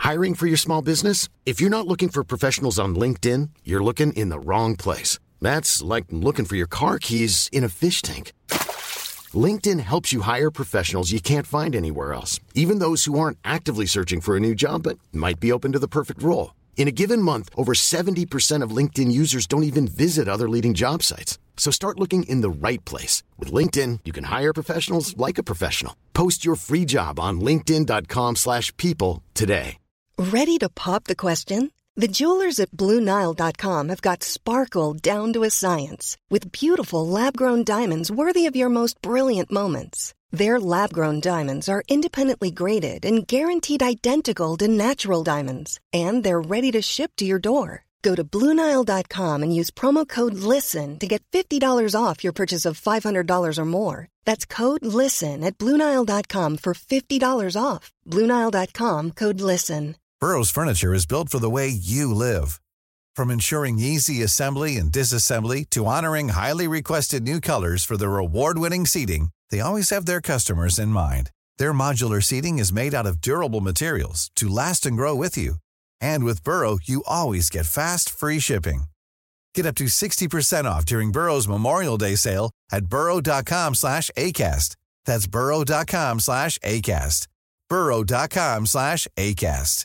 Hiring for your small business? If you're not looking for professionals on LinkedIn, you're looking in the wrong place. That's like looking for your car keys in a fish tank. LinkedIn helps you hire professionals you can't find anywhere else, even those who aren't actively searching for a new job but might be open to the perfect role. In a given month, over 70% of LinkedIn users don't even visit other leading job sites. So start looking in the right place. With LinkedIn, you can hire professionals like a professional. Post your free job on linkedin.com/people today. Ready to pop the question? The jewelers at BlueNile.com have got sparkle down to a science with beautiful lab-grown diamonds worthy of your most brilliant moments. Their lab-grown diamonds are independently graded and guaranteed identical to natural diamonds, and they're ready to ship to your door. Go to BlueNile.com and use promo code LISTEN to get $50 off your purchase of $500 or more. That's code LISTEN at BlueNile.com for $50 off. BlueNile.com, code LISTEN. Burrow's furniture is built for the way you live. From ensuring easy assembly and disassembly to honoring highly requested new colors for their award-winning seating, they always have their customers in mind. Their modular seating is made out of durable materials to last and grow with you. And with Burrow, you always get fast, free shipping. Get up to 60% off during Burrow's Memorial Day sale at burrow.com/ACAST. That's burrow.com/ACAST. burrow.com/ACAST.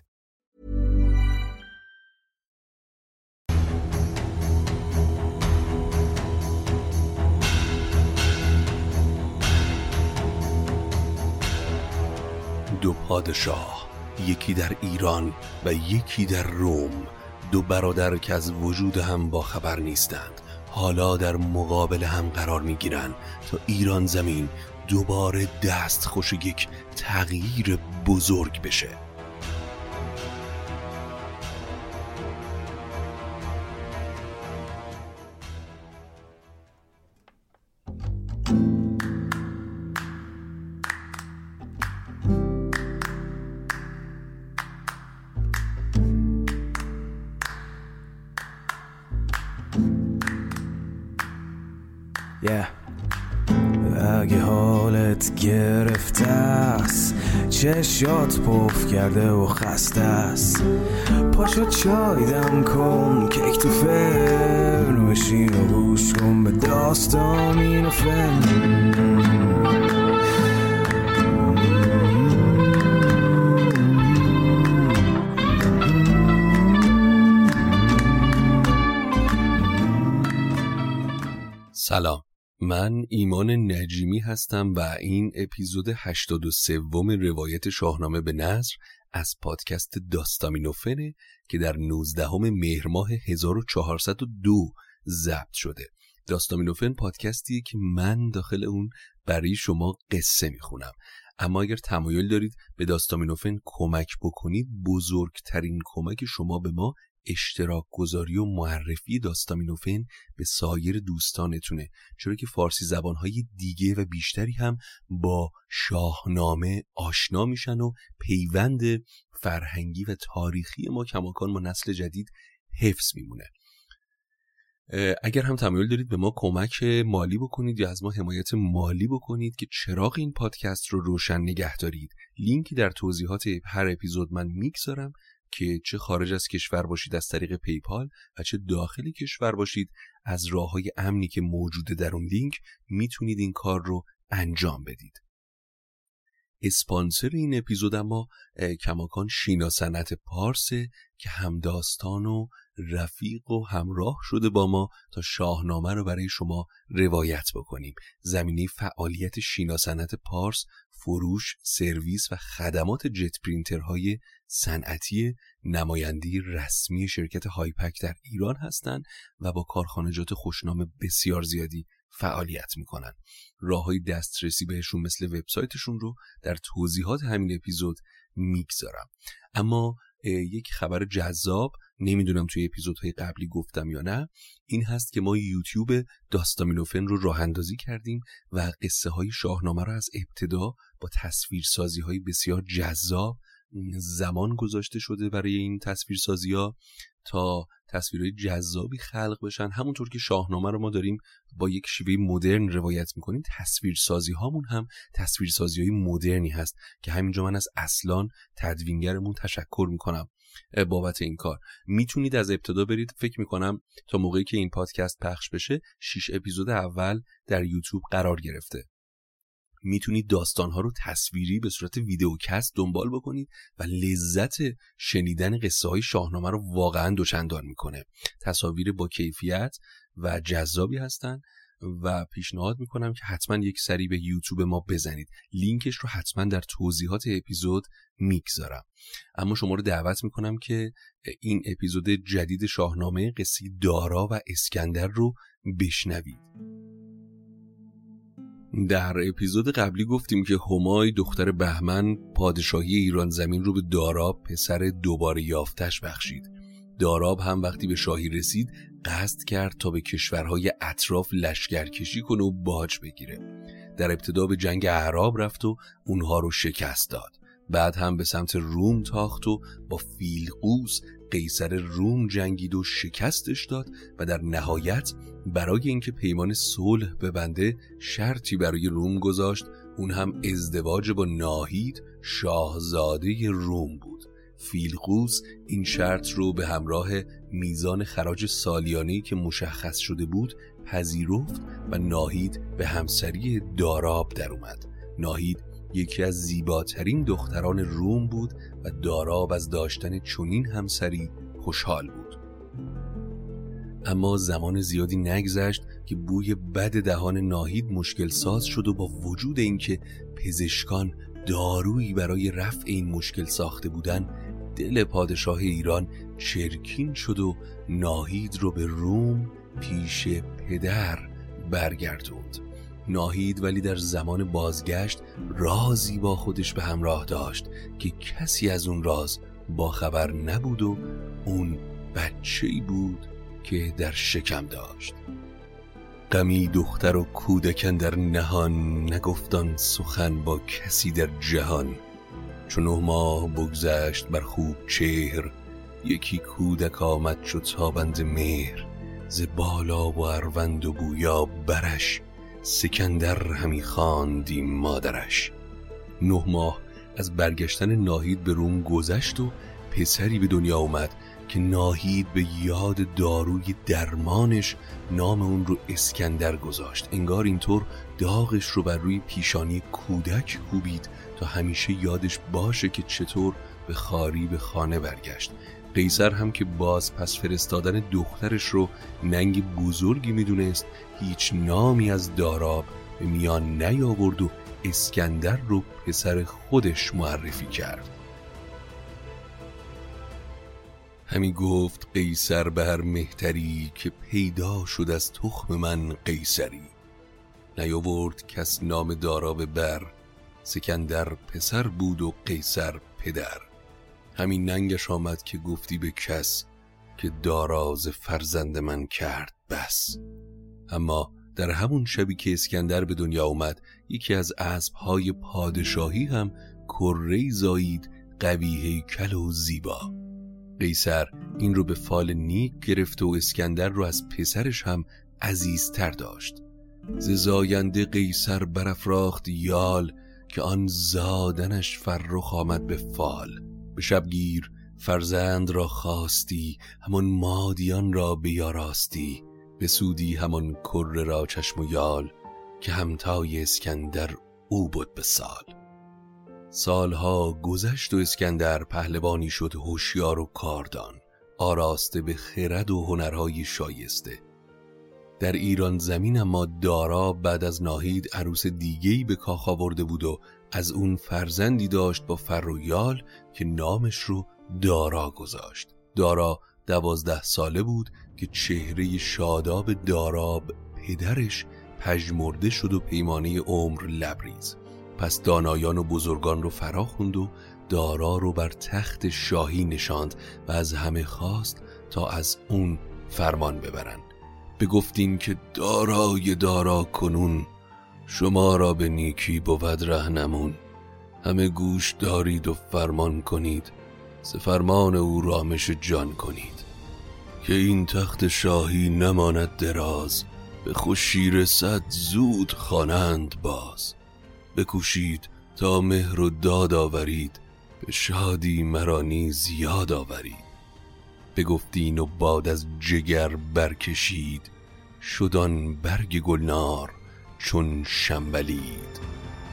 دو پادشاه، یکی در ایران و یکی در روم، دو برادر که از وجود هم با خبر نیستند، حالا در مقابل هم قرار میگیرند تا ایران زمین دوباره دستخوش یک تغییر بزرگ بشه. اگه حالت گرفته است، چشات پف کرده و خسته است، پاشو چای دم کن، کیک تو فرن بشین و گوش کن به داستامینوفن. سلام، من ایمان نجیمی هستم و این اپیزود 83 روایت شاهنامه به نثر از پادکست داستامینوفنه که در 19 مهر ماه 1402 ضبط شده. داستامینوفن پادکستیه که من داخل اون برای شما قصه میخونم، اما اگر تمایل دارید به داستامینوفن کمک بکنید، بزرگترین کمک شما به ما اشتراک گذاری و معرفی داستامینوفن به سایر دوستانتونه، چرا که فارسی زبانهای دیگه و بیشتری هم با شاهنامه آشنا میشن و پیوند فرهنگی و تاریخی ما کماکان با نسل جدید حفظ میمونه. اگر هم تمایل دارید به ما کمک مالی بکنید یا از ما حمایت مالی بکنید که چراغ این پادکست رو روشن نگه دارید، لینکی در توضیحات هر اپیزود من میگذارم که چه خارج از کشور باشید از طریق پیپال و چه داخل کشور باشید از راه‌های امنی که موجوده در اون لینک میتونید این کار رو انجام بدید. اسپانسر این اپیزود اما کماکان شینا صنعت پارسه که همداستان و رفیق و همراه شده با ما تا شاهنامه رو برای شما روایت بکنیم. زمینه فعالیت شینا صنعت پارس فروش، سرویس و خدمات جت پرینترهای صنعتی نمایندگی رسمی شرکت هایپک در ایران هستند و با کارخانجات خوشنام بسیار زیادی فعالیت میکنن. راههای دسترسی بهشون مثل وبسایتشون رو در توضیحات همین اپیزود میگذارم. اما یک خبر جذاب، نمیدونم توی اپیزودهای قبلی گفتم یا نه، این هست که ما یوتیوب داستامینوفن رو راه اندازی کردیم و قصه های شاهنامه رو از ابتدا با تصویرسازی های بسیار جذاب زمان گذاشته شده برای این تصویرسازی ها تا تصویرهای جذابی خلق بشن. همونطور که شاهنامه رو ما داریم با یک شیوه مدرن روایت میکنیم، تصویرسازی هامون هم تصویرسازی های مدرنی هست که همینجا من از اصلان تدوینگرمون تشکر میکنم بابت این کار. میتونید از ابتدا برید، فکر میکنم تا موقعی که این پادکست پخش بشه 6 اپیزود اول در یوتیوب قرار گرفته. میتونید داستانها رو تصویری به صورت ویدیوکست دنبال بکنید و لذت شنیدن قصه های شاهنامه رو واقعا دوچندان میکنه. تصاویر با کیفیت و جذابی هستن و پیشنهاد میکنم که حتما یک سری به یوتیوب ما بزنید. لینکش رو حتما در توضیحات اپیزود میگذارم. اما شما رو دعوت میکنم که این اپیزود جدید شاهنامه قصه دارا و اسکندر رو بشنوید. در اپیزود قبلی گفتیم که همای دختر بهمن پادشاهی ایران زمین رو به داراب پسر دوباره یافتش بخشید. داراب هم وقتی به شاهی رسید قصد کرد تا به کشورهای اطراف لشکرکشی کنه و باج بگیره. در ابتدا به جنگ اعراب رفت و اونها رو شکست داد. بعد هم به سمت روم تاخت و با فیلقوس قیصر روم جنگید و شکستش داد و در نهایت برای اینکه پیمان صلح ببنده شرطی برای روم گذاشت، اون هم ازدواج با ناهید شاهزاده روم بود. فیلقوس این شرط رو به همراه میزان خراج سالیانه‌ای که مشخص شده بود پذیرفت و ناهید به همسری داراب در اومد. ناهید یکی از زیباترین دختران روم بود و داراب از داشتن چنین همسری خوشحال بود. اما زمان زیادی نگذشت که بوی بد دهان ناهید مشکل ساز شد و با وجود اینکه پزشکان دارویی برای رفع این مشکل ساخته بودند، دل پادشاه ایران چرکین شد و ناهید رو به روم پیش پدر برگردوند. ناهید ولی در زمان بازگشت رازی با خودش به همراه داشت که کسی از اون راز با خبر نبود و اون بچه‌ای بود که در شکم داشت. غمی دختر و کودکان در نهان، نگفتان سخن با کسی در جهان. چون 9 ماه بگذشت بر خوب چهر، یکی کودک آمد چو تابنده مهر. ز بالا و اروند و بویا برش، سکندر همی خواندیم مادرش. 9 ماه از برگشتن ناهید به روم گذشت و پسری به دنیا اومد که ناهید به یاد داروی درمانش نام اون رو اسکندر گذاشت. انگار اینطور داغش رو بر روی پیشانی کودک کوبید تا همیشه یادش باشه که چطور به خواری به خانه برگشت. قیصر هم که باز پس فرستادن دخترش رو ننگ بزرگی میدونست، هیچ نامی از داراب به میان نیاورد و اسکندر رو پسر خودش معرفی کرد. همی گفت قیصر به هر مهتری، که پیدا شد از تخم من قیصری. نیاورد کس نام دارا به بر، سکندر پسر بود و قیصر پدر. همین ننگش آمد که گفتی به کس، که دارا ز فرزند من کرد بس. اما در همون شبی که اسکندر به دنیا اومد، یکی از اسبهای پادشاهی هم کره‌ای زایید قوی هیکل و زیبا. قیصر این رو به فال نیک گرفت و اسکندر رو از پسرش هم عزیزتر داشت. ز زاینده قیصر برافراخت یال، که آن زادنش فرخ آمد به فال. به شبگیر فرزند را خواستی، همان مادیان را بیاراستی. بسودی همان کره را چشم و یال، که همتای اسکندر او بود به سال. سالها گذشت و اسکندر پهلوانی شد هوشیار و کاردان، آراسته به خرد و هنرهای شایسته. در ایران زمین اما دارا بعد از ناهید عروس دیگه‌ای به کاخ آورده بود و از اون فرزندی داشت با فر و یال که نامش رو دارا گذاشت. دارا 12 ساله بود که چهره شاداب داراب پدرش پژمرده شد و پیمانه عمر لبریز. پس دانایان و بزرگان رو فرا خوند و دارا رو بر تخت شاهی نشاند و از همه خواست تا از اون فرمان ببرند. بگفتین که دارای دارا کنون، شما را به نیکی بود رهنمون. همه گوش دارید و فرمان کنید، ز فرمان او رامش جان کنید. که این تخت شاهی نماند دراز، به خوشی رسد زود خوانند باز. بکوشید تا مهر و داد آورید، به شادی مرا نیز یاد آورید. بگفتین و باد از جگر برکشید، شدان برگ گلنار چون شنبلید.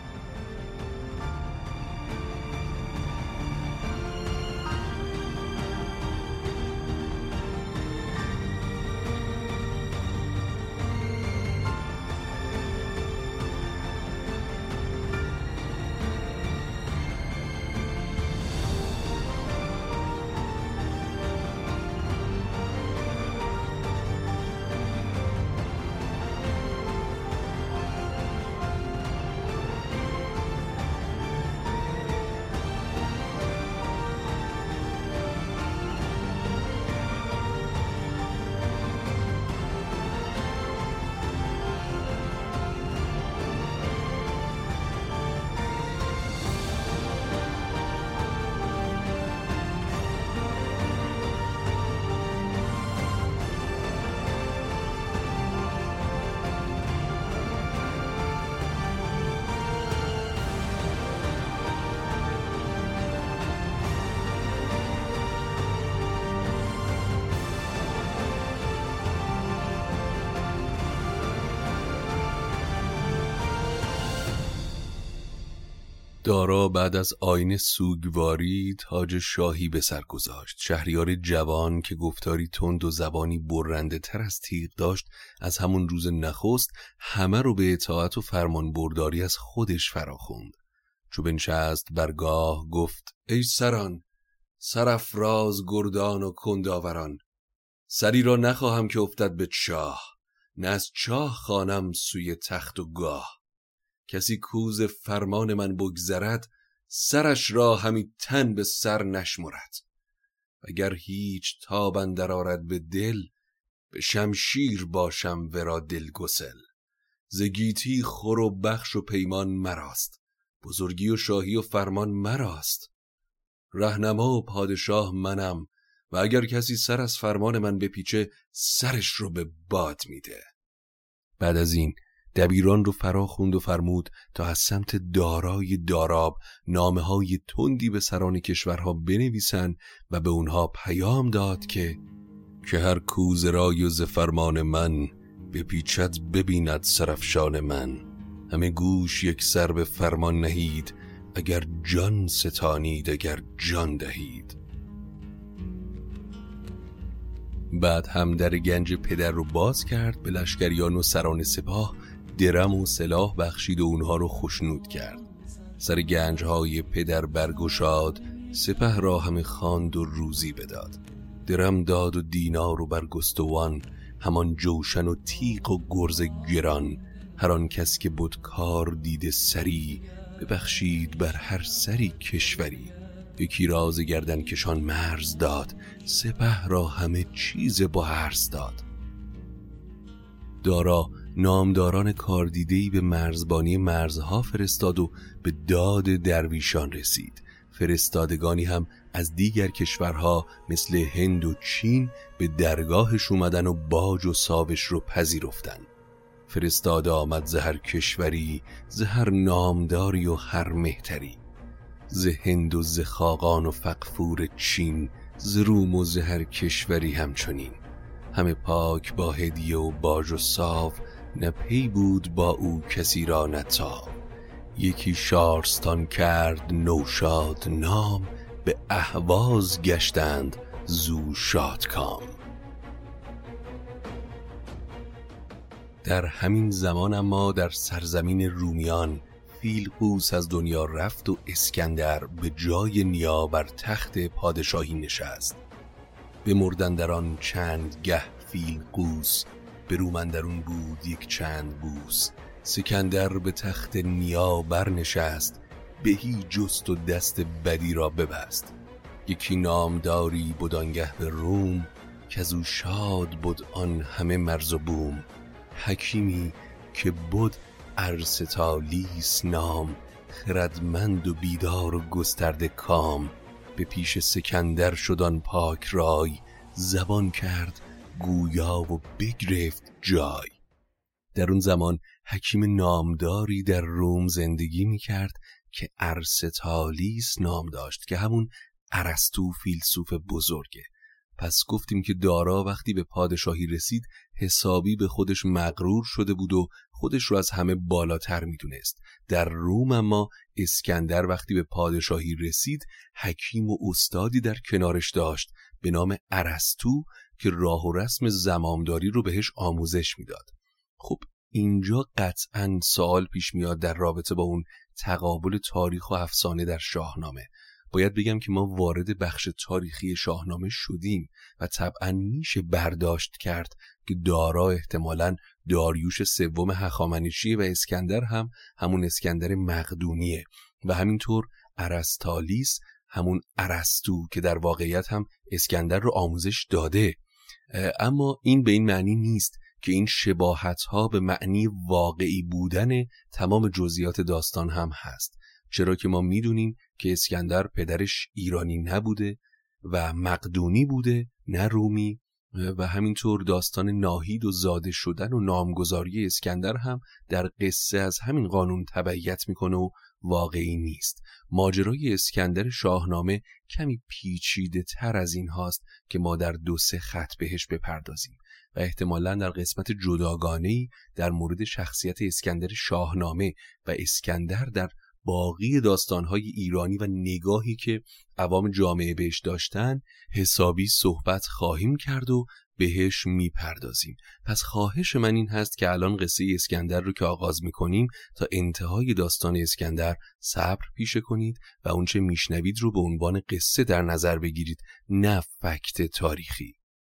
دارا بعد از آیین سوگواری تاج شاهی به سر گذاشت. شهریار جوان که گفتاری تند و زبانی برنده تر از تیغ داشت، از همون روز نخست همه رو به اطاعت و فرمان برداری از خودش فراخوند. چو بنشست برگاه گفت ای سران، سرافراز گردان و کنداوران، سری را نخواهم که افتد به چاه، نه از چاه خوانم سوی تخت و گاه. کسی کوز فرمان من بگذرد، سرش را همی تن به سر نشمرد. اگر هیچ تاب اندر آرد به دل، به شمشیر باشم ورا دلگسل. ز گیتی خور و بخش و پیمان مراست، بزرگی و شاهی و فرمان مراست. رهنما و پادشاه منم، و اگر کسی سر از فرمان من بپیچه، سرش رو به باد میده. بعد از این دبیران رو فرا خوند و فرمود تا از سمت دارای داراب نامه‌های تندی به سران کشورها بنویسن و به اونها پیام داد که هر کوز رای و ز فرمان من، بپیچد ببیند سرافشان من. همه گوش یک سر به فرمان نهید، اگر جان ستانید اگر جان دهید. بعد هم در گنج پدر رو باز کرد، به لشکریان و سران سپاه درم و سلاح بخشید و اونها رو خشنود کرد. سر گنجهای پدر برگشاد، سپه را همه خواند و روزی بداد. درم داد و دینار و برگستوان، همان جوشن و تیغ و گرز گران. هر آن کس که بود کار دیده سری، ببخشید بر هر سری کشوری. یکی راز گردن کشان مرز داد، سپه را همه چیز با هرز داد. دارا نامداران کاردیده‌ای به مرزبانی مرزها فرستاد و به داد درویشان رسید. فرستادگانی هم از دیگر کشورها مثل هند و چین به درگاهش اومدن و باج و ساوش رو پذیرفتن. فرستاده آمد ز هر کشوری، ز هر نامداری و هر مهتری. ز هند و ز خاقان و فقفور چین، ز روم و ز هر کشوری همچنین. همه پاک با هدیه و باج و ساو، نه پی بود با او کسی را نتاب. یکی شارستان کرد نوشاد نام، به اهواز گشتند زو شادکام. در همین زمان اما در سرزمین رومیان، فیلقوس از دنیا رفت و اسکندر به جای نیا بر تخت پادشاهی نشست. بمردن در آن چند گه فیلقوس، به رومندرون بود یک چند بوس. سکندر به تخت نیا برنشست، بهی جست و دست بدی را ببست. یکی نامداری بود آنگه به روم، که از او شاد بود آن همه مرز و بوم. حکیمی که بود ارسطالیس نام، خردمند و بیدار و گسترده کام. به پیش سکندر شد آن پاک رای، زبان کرد گویا و بگرفت جای. در اون زمان حکیم نامداری در روم زندگی میکرد که ارسطالیس نام داشت که همون ارسطو فیلسوف بزرگه. پس گفتیم که دارا وقتی به پادشاهی رسید حسابی به خودش مغرور شده بود و خودش رو از همه بالاتر میدونست. در روم اما اسکندر وقتی به پادشاهی رسید حکیم و استادی در کنارش داشت به نام ارسطو که راه و رسم زمامداری رو بهش آموزش میداد. خب اینجا قطعاً سوال پیش میاد در رابطه با اون تقابل تاریخ و افسانه در شاهنامه. باید بگم که ما وارد بخش تاریخی شاهنامه شدیم و طبعاً میشه برداشت کرد که دارا احتمالاً داریوش سوم هخامنشیه و اسکندر هم همون اسکندر مقدونیه و همینطور ارسطالیس همون ارسطو که در واقعیت هم اسکندر رو آموزش داده. اما این به این معنی نیست که این شباهت‌ها به معنی واقعی بودن تمام جزئیات داستان هم هست، چرا که ما میدونیم که اسکندر پدرش ایرانی نبوده و مقدونی بوده نه رومی و همینطور داستان ناهید و زاده شدن و نامگذاری اسکندر هم در قصه از همین قانون تبعیت میکنه و واقعی نیست. ماجرای اسکندر شاهنامه کمی پیچیده تر از این هاست که ما در 2-3 خط بهش بپردازیم و احتمالاً در قسمت جداگانه‌ای در مورد شخصیت اسکندر شاهنامه و اسکندر در باقی داستان‌های ایرانی و نگاهی که عوام جامعه بهش داشتن حسابی صحبت خواهیم کرد و بهش میپردازیم. پس خواهش من این هست که الان قصه اسکندر رو که آغاز میکنیم تا انتهای داستان اسکندر صبر پیشه کنید و اونچه میشنوید رو به عنوان قصه در نظر بگیرید نه فکت تاریخی.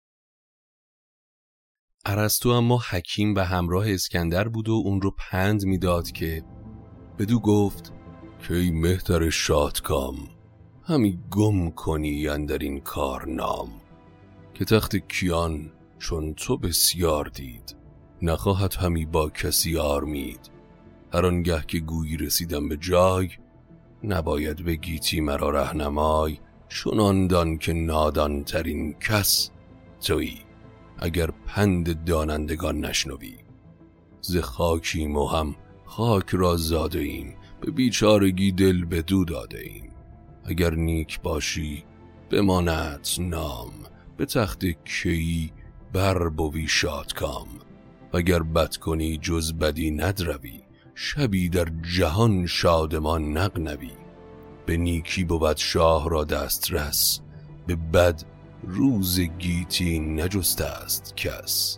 ارسطو اما حکیم و همراه اسکندر بود و اون رو پند میداد که بدو گفت که ای مهتر شادکام همی گم کنی اندر این کار نام که تخت کیان چون تو بسیار دید نخواهد همی با کسی آرمید. هر آنگه که گویی رسیدم به جای نباید به گیتی مرا رهنمای چنان دان که نادان ترین کس تویی اگر پند دانندگان نشنوی. ز خاکیم و هم خاک را زاده ایم به بیچارگی دل بدو داده ایم. اگر نیک باشی بماند نام به تخت کیی بر بوی شادکام. وگر بد کنی جز بدی ندروی شبی در جهان شادمان نغنوی. به نیکی بود شاه را دسترس به بد روز گیتی نجسته است کس.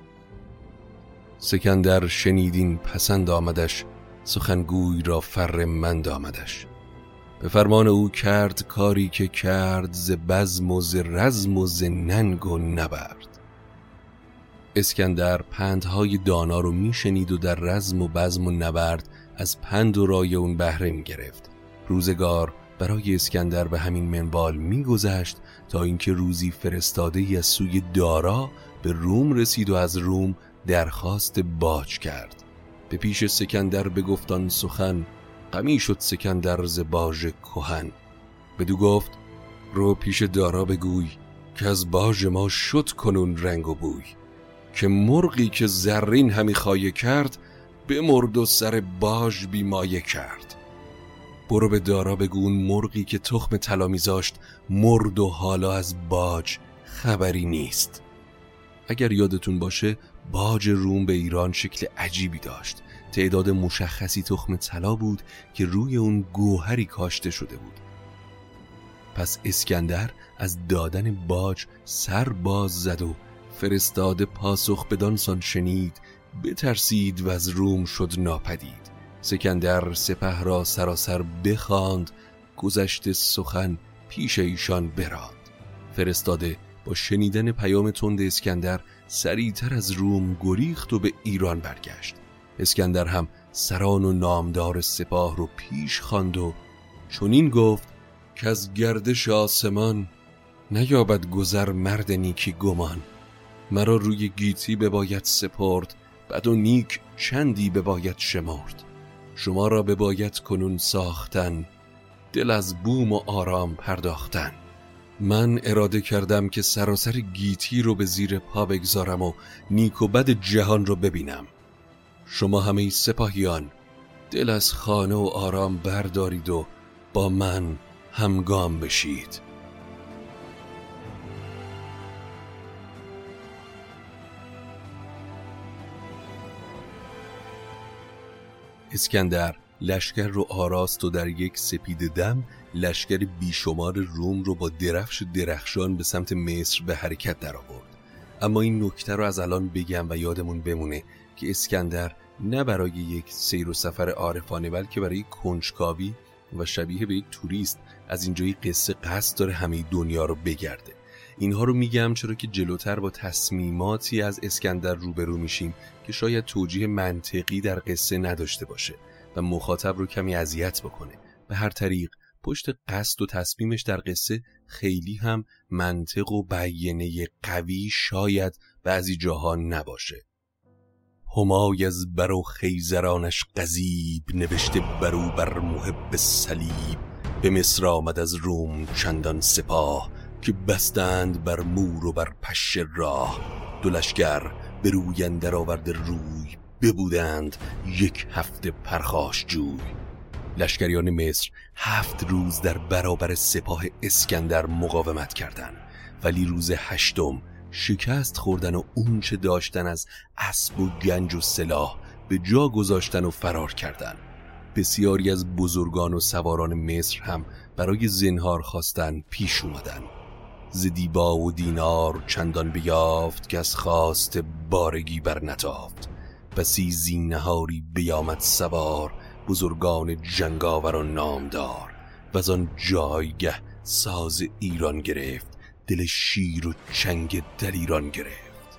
سکندر شنیدین پسند آمدش سخنگوی را فرمند آمدش. به فرمان او کرد کاری که کرد ز بزم و ز رزم و ز ننگ و نبرد. اسکندر پندهای دانا رو میشنید و در رزم و بزم و نبرد از پند و رای اون بهره میگرفت. روزگار برای اسکندر به همین منوال میگذشت تا اینکه روزی فرستاده‌ای از سوی دارا به روم رسید و از روم درخواست باج کرد. به پیش سکندر بگفتان سخن غمی شد سکندر ز باج کهن. بدو گفت رو پیش دارا بگوی که از باج ما شد کنون رنگ و بوی. که مرغی که زرین همی خایه کرد بمرد و سر باج بیمایه کرد. برو به دارا بگو اون مرغی که تخم طلا میذاشت مرد و حالا از باج خبری نیست. اگر یادتون باشه باج روم به ایران شکل عجیبی داشت. تعداد مشخصی تخم طلا بود که روی اون گوهری کاشته شده بود. پس اسکندر از دادن باج سر باز زد و فرستاده پاسخ بدانسان شنید بترسید و از روم شد ناپدید. سکندر سپه را سراسر بخواند گذشته سخن پیش ایشان براند. فرستاده با شنیدن پیام تند اسکندر سریعتر از روم گریخت و به ایران برگشت. اسکندر هم سران و نامدار سپاه رو پیش خواند و چنین گفت که از گردش آسمان نیابد گذر مرد نیکی گمان. مرا روی گیتی بباید سپرد بد و نیک چندی بباید شمرد. شما را بباید کنون ساختن دل از بوم و آرام پرداختن. من اراده کردم که سراسر گیتی رو به زیر پا بگذارم و نیک و بد جهان رو ببینم. شما همه سپاهیان دل از خانه و آرام بردارید و با من همگام بشید. اسکندر لشکر رو آراست و در یک سپید دم لشکر بیشمار روم رو با درفش درخشان به سمت مصر به حرکت در آورد. اما این نکته رو از الان بگم و یادمون بمونه که اسکندر نه برای یک سیر و سفر عارفانه بلکه برای کنجکاوی و شبیه به یک توریست از اینجای قصه قصد داره همه دنیا رو بگرده. اینها رو میگم چرا که جلوتر با تصمیماتی از اسکندر روبرو میشیم که شاید توجیه منطقی در قصه نداشته باشه و مخاطب رو کمی اذیت بکنه. به هر طریق پشت قصد و تصمیمش در قصه خیلی هم منطق و بیانیه قوی شاید بعضی جاها نباشه. همای از برو خیزرانش غضیب، نوشته برو بر محب صلیب. به مصر آمد از روم چندان سپاه، که بستند بر مور و بر پش راه. دو لشکر به روی اندر آورده روی، ببودند یک هفته پرخاش جوی. لشکریان مصر 7 روز در برابر سپاه اسکندر مقاومت کردند، ولی روز 8م شکست خوردن و اون چه داشتن از اسب و گنج و سلاح به جا گذاشتن و فرار کردند. بسیاری از بزرگان و سواران مصر هم برای زنهار خواستن پیش اومدن. ز دیبا و دینار چندان بیافت، که از خواست بارگی بر نتافت. بسی زینهاری بیامد سوار، بزرگان جنگاور و نامدار. و از آن جایگه ساز ایران گرفت، دل شیر و چنگ دلیران گرفت.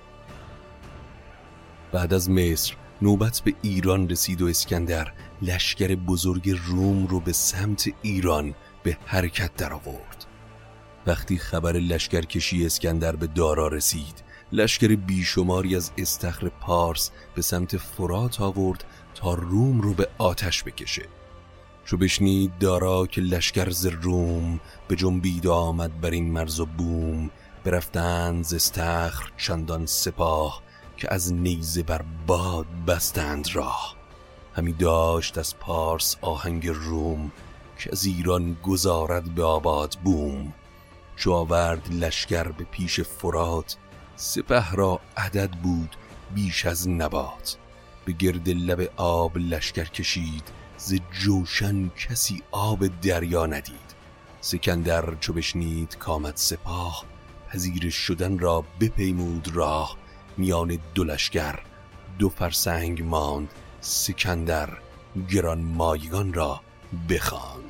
بعد از مصر نوبت به ایران رسید و اسکندر لشکر بزرگ روم رو به سمت ایران به حرکت در آورد. وقتی خبر لشکرکشی اسکندر به دارا رسید، لشکر بیشماری از استخر پارس به سمت فرات آورد تا روم رو به آتش بکشه. چو بشنید دارا که لشکر ز روم، به جنبید آمد بر این مرز و بوم. برفتند ز استخر چندان سپاه، که از نیزه بر باد بستند راه. همی داشت از پارس آهنگ روم، که از ایران گذارد به آباد بوم. چو آورد لشکر به پیش فرات، سپه را عدد بود بیش از نبات. به گرد لب آب لشکر کشید، ز جوشن کسی آب دریا ندید. سکندر چو بشنید کامد سپاه، پذیره شدن را بپیمود راه. میان دو لشکر 2 فرسنگ ماند، سکندر گران مایگان را بخواند.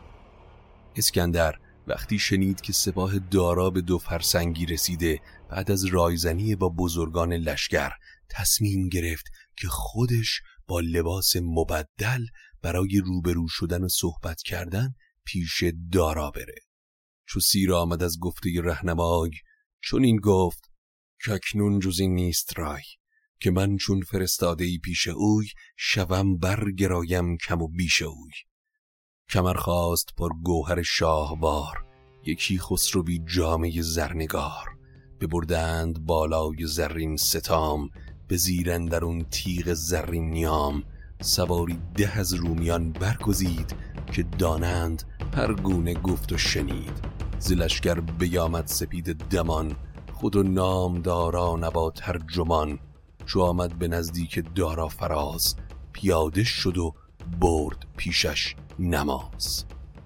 اسکندر وقتی شنید که سپاه دارا به 2 فرسنگی رسیده، بعد از رایزنی با بزرگان لشکر تصمیم گرفت که خودش با لباس مبدل برای روبرو شدن و صحبت کردن پیش دارا بره. چو سیر آمد از گفته رهنمای، چون این گفت که اکنون جز این نیست رای. که من چون فرستاده ای پیش اوی، شوم برگرایم کم و بیش اوی. کمر خواست پر گوهر شاهوار، یکی خسروی جامه زرنگار. ببردند بالای زرین ستام، به زیر اندرون تیغ زرین نیام. سواری 10 از رومیان برگزید، که دانند هر گونه گفت و شنید. ز لشکر بیامد سپید دمان، خود و نامداران با ترجمان. چو آمد به نزدیک دارا فراز، پیاده شد و برد پیشش نماز.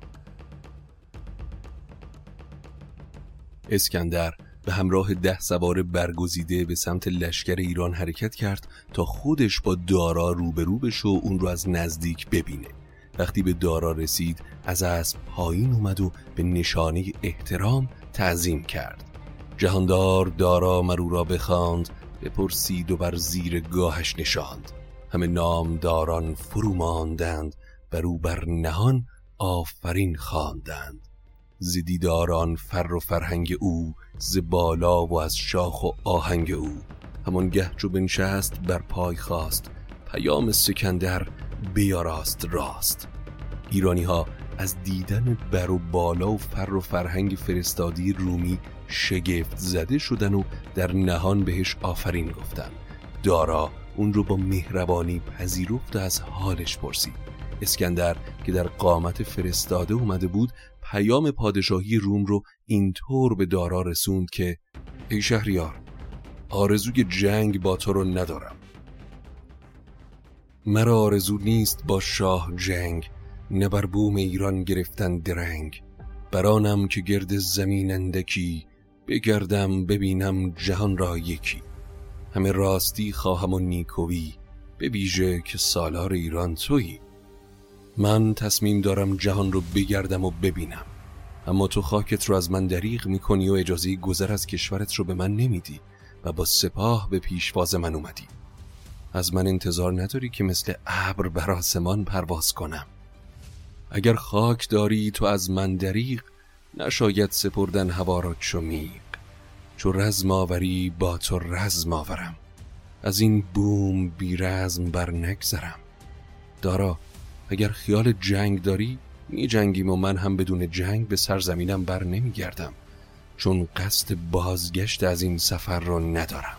اسکندر به همراه 10 سوار برگزیده به سمت لشکر ایران حرکت کرد تا خودش با دارا روبرو بشه و اون رو از نزدیک ببینه. وقتی به دارا رسید از اسب پایین اومد و به نشانه احترام تعظیم کرد. جهاندار دارا مرو را بخواند، بپرسید و بر زیر گاهش نشاند. همه نامداران فرو ماندند، برو بر نهان آفرین خواندند. ز دیداران فر و فرهنگ او، ز بالا و از شاخ و آهنگ او. همانگه چو بنشست بر پای خواست، پیام سکندر بیاراست راست. ایرانی ها از دیدن بر و بالا و فر و فرهنگ فرستادی رومی شگفت زده شدن و در نهان بهش آفرین گفتن. دارا اون رو با مهربانی پذیرفت و از حالش پرسید. اسکندر که در قامت فرستاده اومده بود پیام پادشاهی روم رو اینطور به دارا رسوند که ای شهریار، آرزوی جنگ با تو رو ندارم. مرا آرزو نیست با شاه جنگ، نه بر بوم ایران گرفتن درنگ. برانم که گرد زمین اندکی، بگردم ببینم جهان را یکی. همه راستی خواهم و نیکویی، به ویژه که سالار ایران تویی. من تصمیم دارم جهان رو بگردم و ببینم، اما تو خاکت رو از من دریغ میکنی و اجازه گذر از کشورت رو به من نمیدی و با سپاه به پیشواز من اومدی. از من انتظار نداری که مثل ابر بر آسمان پرواز کنم. اگر خاک داری تو از من دریغ، نشاید سپردن هوا را چو میغ. چو رزم آوری با تو رزم آورم، از این بوم بی رزم بر نگذرم. دارا، اگر خیال جنگ داری می جنگیم و من هم بدون جنگ به سرزمینم بر نمی گردم، چون قصد بازگشت از این سفر را ندارم.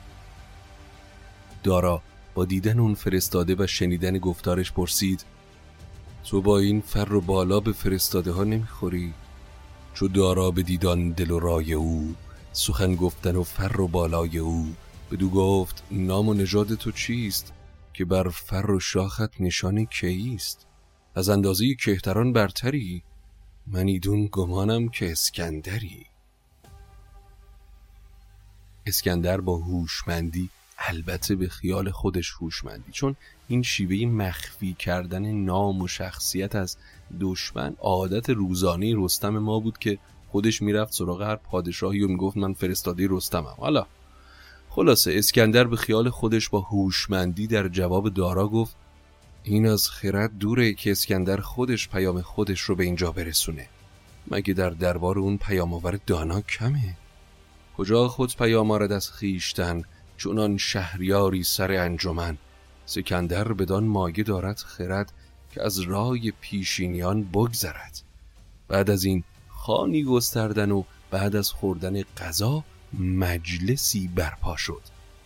دارا با دیدن اون فرستاده و شنیدن گفتارش پرسید تو با این فر و بالا به فرستاده ها نمیخوری؟ چو دارا به دیدان دل و رای او، سخن گفتن و فر و بالای او، بدو گفت نام و نژاد تو چیست؟ که بر فر و شاخت نشان کیست؟ از اندازه کهتران برتری، من ایدون گمانم که اسکندری. اسکندر با هوشمندی، البته به خیال خودش هوشمندی، چون این شیوه مخفی کردن نام و شخصیت از دشمن عادت روزانه رستم ما بود که خودش میرفت سراغ هر پادشاهی و میگفت من فرستاده رستمم. حالا خلاصه اسکندر به خیال خودش با هوشمندی در جواب دارا گفت این از خرد دوره که اسکندر خودش پیام خودش رو به اینجا برسونه. مگه در دربار اون پیام آور دانا کمه؟ کجا خود پیام آرد از خیشتن، چونان شهریاری سر انجمن. سکندر بدان مایه دارد خرد، که از رای پیشینیان بگذرد. بعد از این خوانی گستردن و بعد از خوردن غذا مجلسی برپا شد.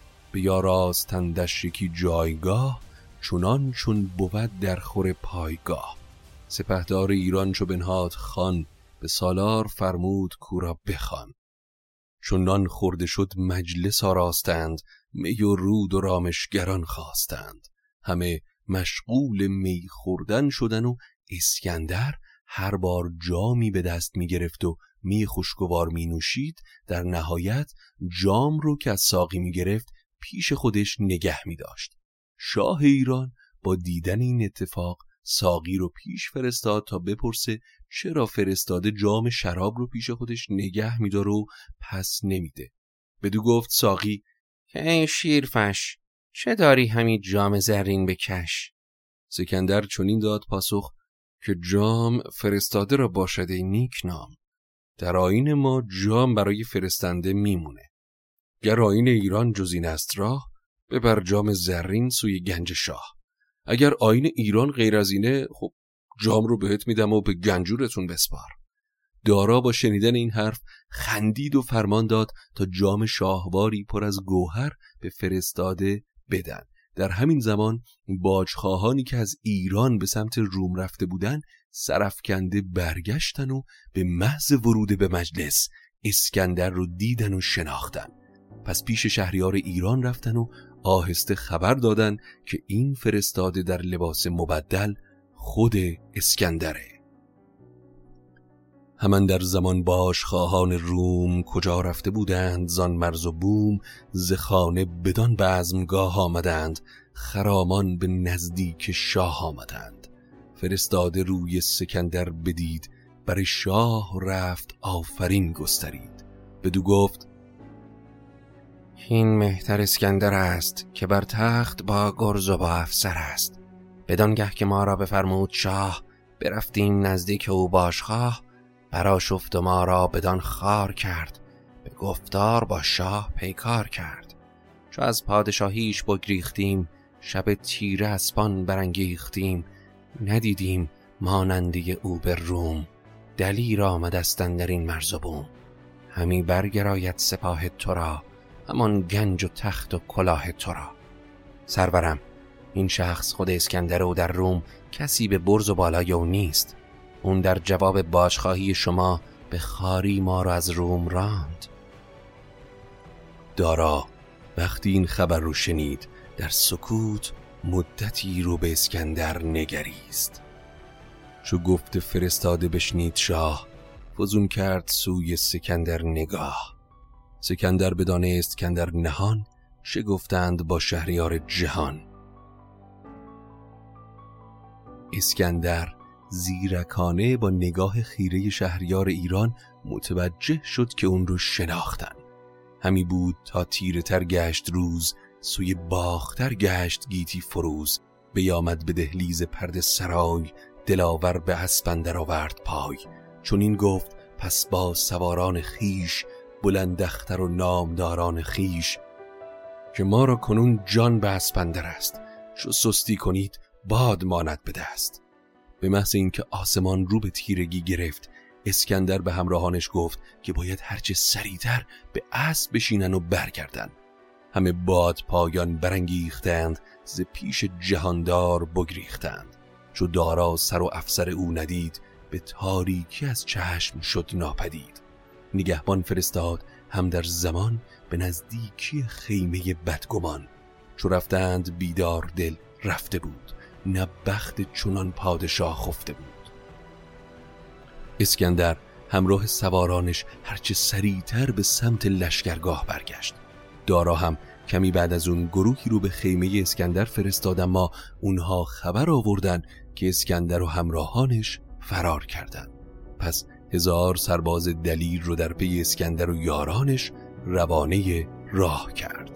بیاراستندش یکی جایگاه، چونان چون بود در خور پایگاه. سپهدار ایران چو بنهاد خوان، به سالار فرمود کورا بخوان. چونان خورده شد مجلس آراستند، می و رود و رامشگران خواستند. همه مشغول می خوردن شدن و اسکندر هر بار جامی به دست می گرفت و می خوشگوار می نوشید. در نهایت جام رو که از ساقی می گرفت پیش خودش نگه می داشت. شاه ایران با دیدن این اتفاق ساقی رو پیش فرستاد تا بپرسه چرا فرستاده جام شراب رو پیش خودش نگه می داره و پس نمیده. بدو گفت ساقی ای شیرفش، چه داری همین جام زرین بکش؟ سکندر چنین داد پاسخ که جام فرستاده را باشد ای نیک نام. در آیین ما جام برای فرستنده میمونه. گر آیین ایران جز این است راه، ببر جام زرین سوی گنج شاه. اگر آیین ایران غیر از اینه، خب جام رو بهت میدم و به گنجورتون بسپار. دارا با شنیدن این حرف خندید و فرمان داد تا جام شاهواری پر از گوهر به فرستاده بدن. در همین زمان باجخواهانی که از ایران به سمت روم رفته بودن سرافکنده برگشتن و به محض ورود به مجلس اسکندر رو دیدن و شناختن. پس پیش شهریار ایران رفتن و آهسته خبر دادن که این فرستاده در لباس مبدل خود اسکندره. همان در زمان باشخواهان روم کجا رفته بودند زان مرز و بوم، ز خانه بدان بزمگاه آمدند خرامان به نزدیک شاه آمدند. فرستاده روی سکندر بدید بر شاه رفت آفرین گسترید. بدو گفت این مهتر اسکندر است که بر تخت با گرز و با افسر است. بدانگه که ما را بفرمود شاه، برفتیم نزدیک او باشخواه. برآشفت و ما را بدان خار کرد، به گفتار با شاه پیکار کرد. چو از پادشاهیش بگریختیم، شب تیره اسپان برانگیختیم. ندیدیم ماننده او به روم، دلیر آمد استن در این مرز و بوم. همی برگراید سپاه تو را، همان گنج و تخت و کلاه تو را. سرورم، این شخص خود اسکندر و در روم کسی به برز و بالای او نیست. اون در جواب بازخواهی شما به خواری ما را از روم راند. دارا وقتی این خبر رو شنید در سکوت مدتی رو به اسکندر نگریست. چو گفت فرستاده بشنید شاه، فزون کرد سوی سکندر نگاه. سکندر بدانست کاندر نهان، شگفتند با شهریار جهان. اسکندر زیرکانه با نگاه خیره شهریار ایران متوجه شد که اون رو شناختن. همی بود تا تیره تر گشت روز، سوی باختر گشت گیتی فروز. بیامد به دهلیز پرده سرای، دلاور به اسپ اندر آورد پای. چون این گفت پس با سواران خیش، بلند اختر و نامداران خیش. که ما را کنون جان به اسپ اندر است، چو سستی کنید باد ماند به دست. به محض اینکه آسمان رو به تیرگی گرفت، اسکندر به همراهانش گفت که باید هرچه سریعتر به اسب بشینن و برگردن. همه باد پایان برانگیختند، ز پیش جهاندار بگریختند. چو دارا سر و افسر او ندید، به تاریکی از چشم شد ناپدید. نگهبان فرستاد هم در زمان، به نزدیکی خیمه بدگمان. چو رفتند بیدار دل رفته بود، نه بخت چنان پادشاه خفته بود. اسکندر همراه سوارانش هرچه سریعتر به سمت لشکرگاه برگشت. دارا هم کمی بعد از اون گروهی رو به خیمه اسکندر فرستاد، اما اونها خبر آوردن که اسکندر و همراهانش فرار کردن. پس 1000 سرباز دلیر رو در پی اسکندر و یارانش روانه راه کرد.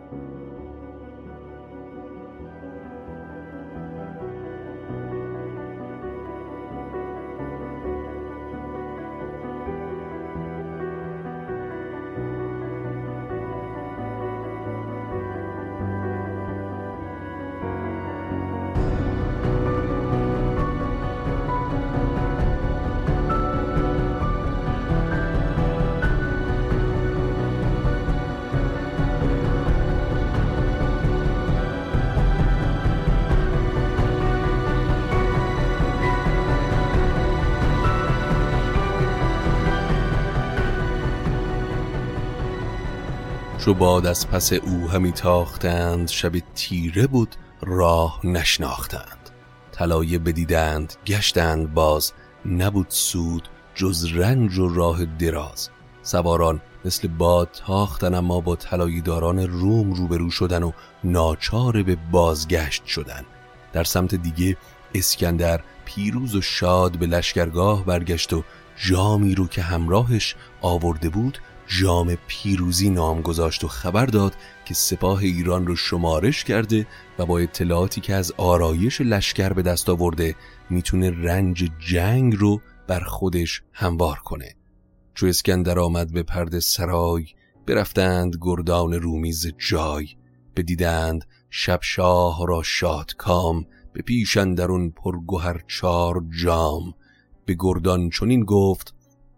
چو باد از پس او همی تاختند، شب تیره بود راه نشناختند. طلایه بدیدند گشتند باز، نبود سود جز رنج و راه دراز. سواران مثل باد تاختن، اما با طلایه داران روم روبرو شدن و ناچار به بازگشت شدن. در سمت دیگه اسکندر پیروز و شاد به لشکرگاه برگشت و جامی رو که همراهش آورده بود جام پیروزی نام گذاشت و خبر داد که سپاه ایران رو شمارش کرده و با اطلاعاتی که از آرایش لشکر به دست آورده میتونه رنج جنگ رو بر خودش هموار کنه. چو اسکندر آمد به پرده سرای، برفتند گردان رومی ز جای. بدیدند شب شاه را شاد کام، به پیش اندرون پرگوهر 4 جام. به گردان چنین گفت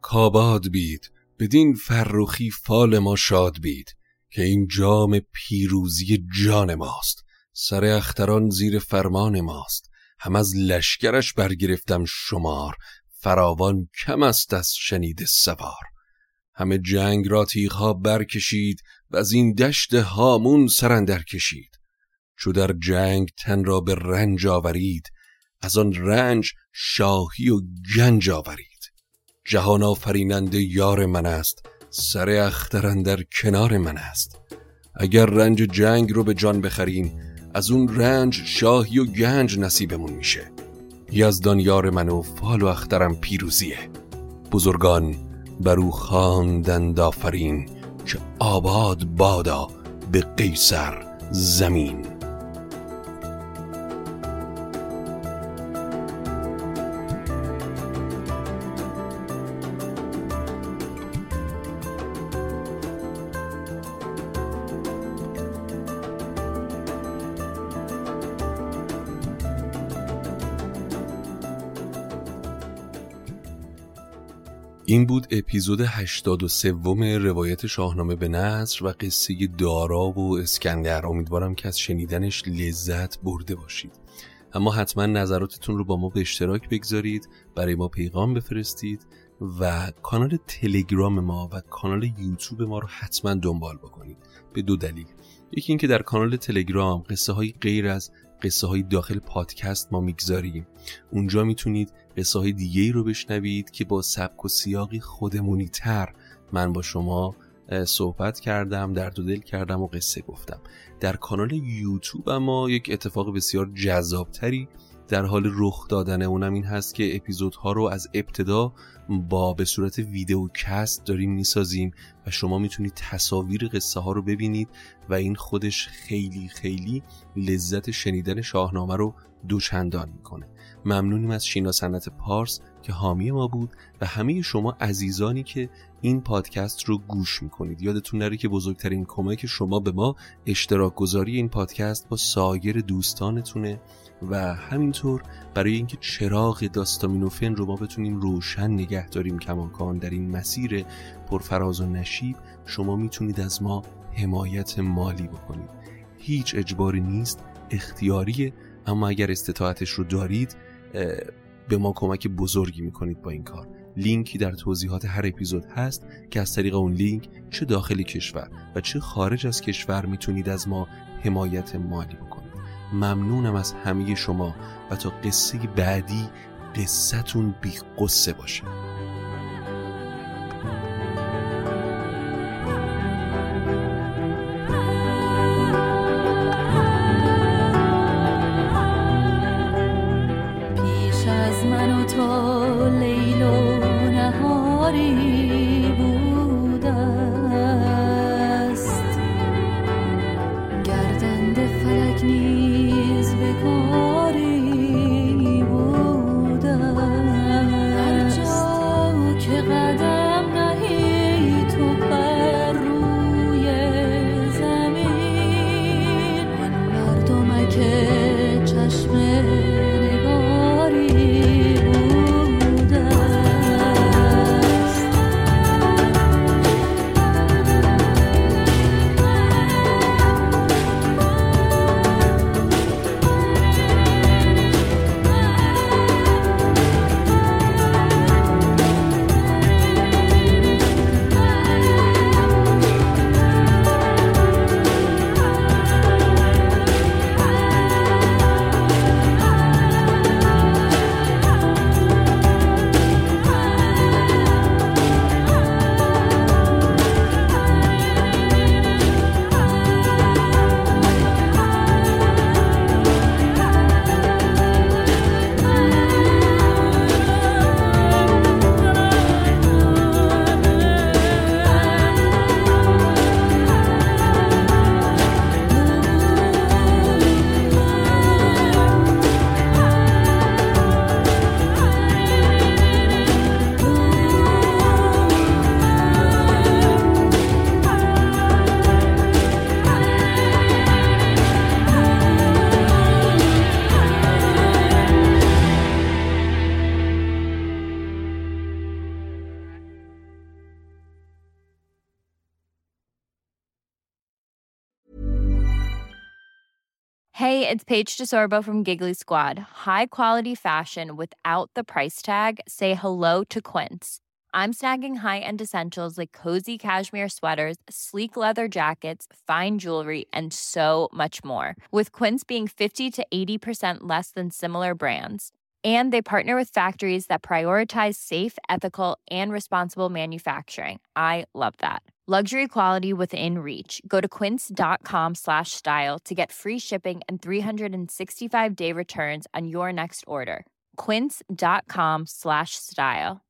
کآباد بید، بدین فرخی فال ما شاد بید. که این جام پیروزی جان ماست، سر اختران زیر فرمان ماست. هم از لشکرش برگرفتم شمار، فراوان کم است از شنیده سوار. همه جنگ را تیغها برکشید، و از این دشت هامون سر اندر کشید. چو در جنگ تن را به رنج آورید، از آن رنج شاهی و گنج آورید. جهان آفریننده یار من است، سر اختر اندر کنار من است. اگر رنج جنگ رو به جان بخریم، از اون رنج شاهی و گنج نصیبمون میشه. یزدان یار من و فال و اخترم پیروزیه. بزرگان برو خواندند آفرین، که آباد بادا به قیصر زمین. این بود اپیزود 83 روایت شاهنامه به نثر و قصه دارا و اسکندر. امیدوارم که از شنیدنش لذت برده باشید. اما حتما نظراتتون رو با ما به اشتراک بگذارید، برای ما پیغام بفرستید و کانال تلگرام ما و کانال یوتیوب ما رو حتما دنبال بکنید به دو دلیل. یکی این که در کانال تلگرام قصه های غیر از قصه های داخل پادکست ما میگذاریم. اونجا میتونید قصه های دیگه‌ای رو بشنوید که با سبک و سیاقی خودمونی تر من با شما صحبت کردم، درد و دل کردم و قصه گفتم. در کانال یوتیوب اما یک اتفاق بسیار جذابتری در حال رخ دادن، اونم این هست که اپیزودها رو از ابتدا به صورت ویدیو کست داریم میسازیم و شما میتونید تصاویر قصه ها رو ببینید و این خودش خیلی خیلی لذت شنیدن شاهنامه رو دوچندان میکنه. ممنونیم از شینا صنعت پارس که حامی ما بود و همه شما عزیزانی که این پادکست رو گوش میکنید. یادتون نره که بزرگترین کمک شما به ما اشتراک گذاری این پادکست با سایر دوستانتونه و همینطور برای اینکه چراغ داستامینوفن رو ما بتونیم روشن نگه داریم کماکان در این مسیر پرفراز و نشیب، شما میتونید از ما حمایت مالی بکنید. هیچ اجباری نیست، اختیاریه، اما اگر استطاعتش رو دارید به ما کمک بزرگی میکنید با این کار. لینکی در توضیحات هر اپیزود هست که از طریق اون لینک چه داخل کشور و چه خارج از کشور میتونید از ما حمایت مالی بکنید. ممنونم از همه شما و تا قصه بعدی قصتون بی قصه باشه. Hey, it's Paige DeSorbo from Giggly Squad. High quality fashion without the price tag. Say hello to Quince. I'm snagging high-end essentials like cozy cashmere sweaters, sleek leather jackets, fine jewelry, and so much more. With Quince being 50 to 80% less than similar brands. And they partner with factories that prioritize safe, ethical, and responsible manufacturing. I love that. Luxury quality within reach. Go to quince.com/style to get free shipping and 365-day returns on your next order. Quince.com/style.